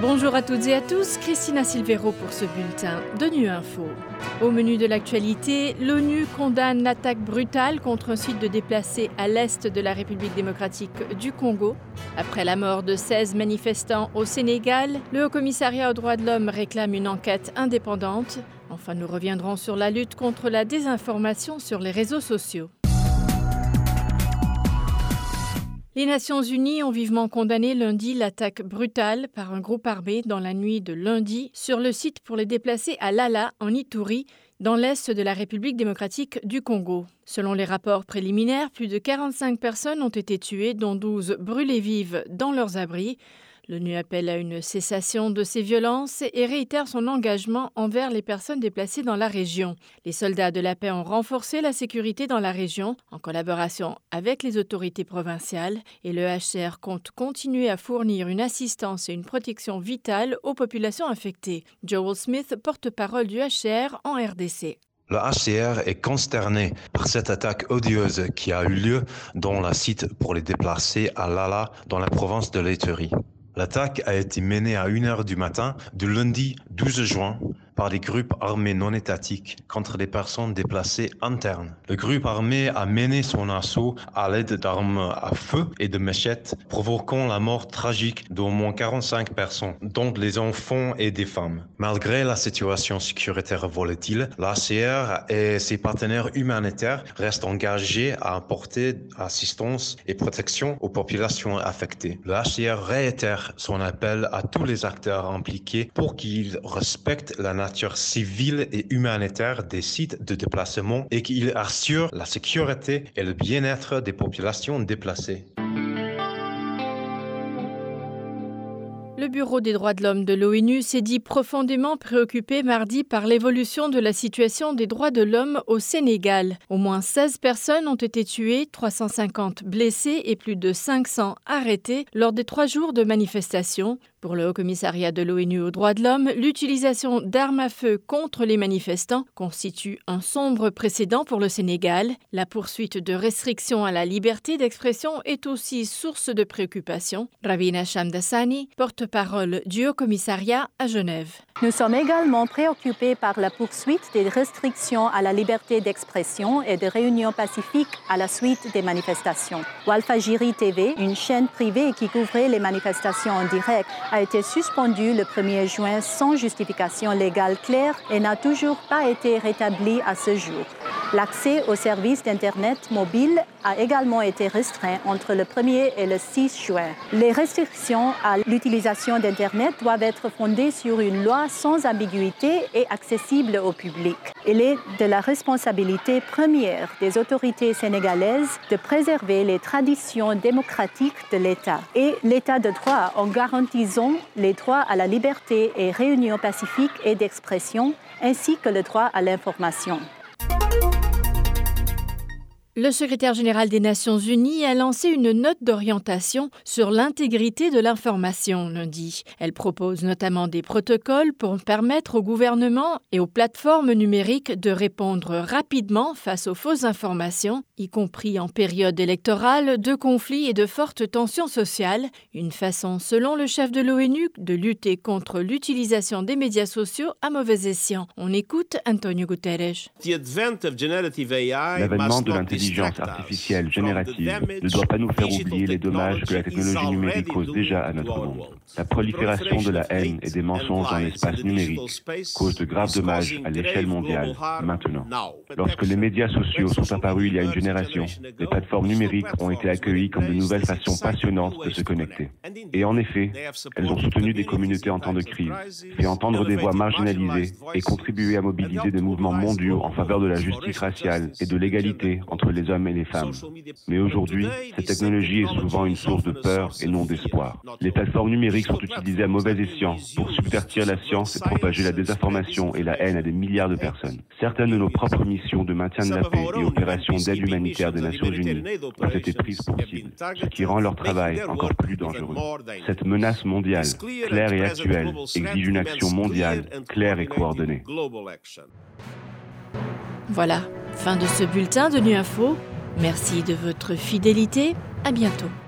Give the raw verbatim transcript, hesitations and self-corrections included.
Bonjour à toutes et à tous, Christina Silvero pour ce bulletin de Nu Info. Au menu de l'actualité, l'ONU condamne l'attaque brutale contre un site de déplacés à l'est de la République démocratique du Congo. Après la mort de seize manifestants au Sénégal, le Haut-Commissariat aux droits de l'homme réclame une enquête indépendante. Enfin, nous reviendrons sur la lutte contre la désinformation sur les réseaux sociaux. Les Nations Unies ont vivement condamné lundi l'attaque brutale par un groupe armé dans la nuit de lundi sur le site pour les déplacés à Lala, en Ituri, dans l'est de la République démocratique du Congo. Selon les rapports préliminaires, plus de quarante-cinq personnes ont été tuées, dont douze brûlées vives dans leurs abris. L'ONU appelle à une cessation de ces violences et réitère son engagement envers les personnes déplacées dans la région. Les soldats de la paix ont renforcé la sécurité dans la région en collaboration avec les autorités provinciales et le H C R compte continuer à fournir une assistance et une protection vitale aux populations affectées. Joel Smith, porte-parole du H C R en R D C. Le H C R est consterné par cette attaque odieuse qui a eu lieu dans le site pour les déplacés à Lala, dans la province de l'Ituri. L'attaque a été menée à une heure du matin du lundi douze juin par des groupes armés non étatiques contre des personnes déplacées internes. Le groupe armé a mené son assaut à l'aide d'armes à feu et de machettes, provoquant la mort tragique d'au moins quarante-cinq personnes, dont les enfants et des femmes. Malgré la situation sécuritaire volatile, l'H C R et ses partenaires humanitaires restent engagés à apporter assistance et protection aux populations affectées. Le H C R réitère son appel à tous les acteurs impliqués pour qu'ils respectent la nature civile et humanitaire des sites de déplacement et qu'ils assurent la sécurité et le bien-être des populations déplacées. Le Bureau des droits de l'homme de l'ONU s'est dit profondément préoccupé mardi par l'évolution de la situation des droits de l'homme au Sénégal. Au moins seize personnes ont été tuées, trois cent cinquante blessées et plus de cinq cents arrêtés lors des trois jours de manifestations. Pour le Haut-Commissariat de l'ONU aux droits de l'homme, l'utilisation d'armes à feu contre les manifestants constitue un sombre précédent pour le Sénégal. La poursuite de restrictions à la liberté d'expression est aussi source de préoccupation. Ravina Shamdasani, porte-parole du Haut-Commissariat à Genève. Nous sommes également préoccupés par la poursuite des restrictions à la liberté d'expression et de réunion pacifique à la suite des manifestations. Walfadjri T V, une chaîne privée qui couvrait les manifestations en direct, a été suspendue le premier juin sans justification légale claire et n'a toujours pas été rétablie à ce jour. L'accès aux services d'Internet mobile a également été restreint entre le premier et le six juin. Les restrictions à l'utilisation d'Internet doivent être fondées sur une loi sans ambiguïté et accessible au public. Il est de la responsabilité première des autorités sénégalaises de préserver les traditions démocratiques de l'État et l'État de droit en garantissant les droits à la liberté et réunion pacifique et d'expression, ainsi que le droit à l'information. Le secrétaire général des Nations Unies a lancé une note d'orientation sur l'intégrité de l'information lundi. Elle propose notamment des protocoles pour permettre au gouvernement et aux plateformes numériques de répondre rapidement face aux fausses informations, y compris en période électorale, de conflits et de fortes tensions sociales. Une façon, selon le chef de l'ONU, de lutter contre l'utilisation des médias sociaux à mauvais escient. On écoute Antonio Guterres. L'avènement de l'intelligence L'intelligence artificielle générative ne doit pas nous faire oublier les dommages que la technologie numérique cause déjà à notre monde. La prolifération de la haine et des mensonges dans l'espace numérique cause de graves dommages à l'échelle mondiale maintenant. Lorsque les médias sociaux sont apparus il y a une génération, les plateformes numériques ont été accueillies comme de nouvelles façons passionnantes de se connecter. Et en effet, elles ont soutenu des communautés en temps de crise, fait entendre des voix marginalisées et contribué à mobiliser des mouvements mondiaux en faveur de la justice raciale et de l'égalité entre les hommes et les femmes. Mais aujourd'hui, cette technologie est souvent une source de peur et non d'espoir. Les plateformes numériques sont utilisées à mauvais escient pour subvertir la science et propager la désinformation et la haine à des milliards de personnes. Certaines de nos propres missions de maintien de la paix et opérations d'aide humanitaire des Nations Unies ont été prises pour cible, ce qui rend leur travail encore plus dangereux. Cette menace mondiale, claire et actuelle, exige une action mondiale, claire et coordonnée. Voilà, fin de ce bulletin de Nu Info. Merci de votre fidélité. À bientôt.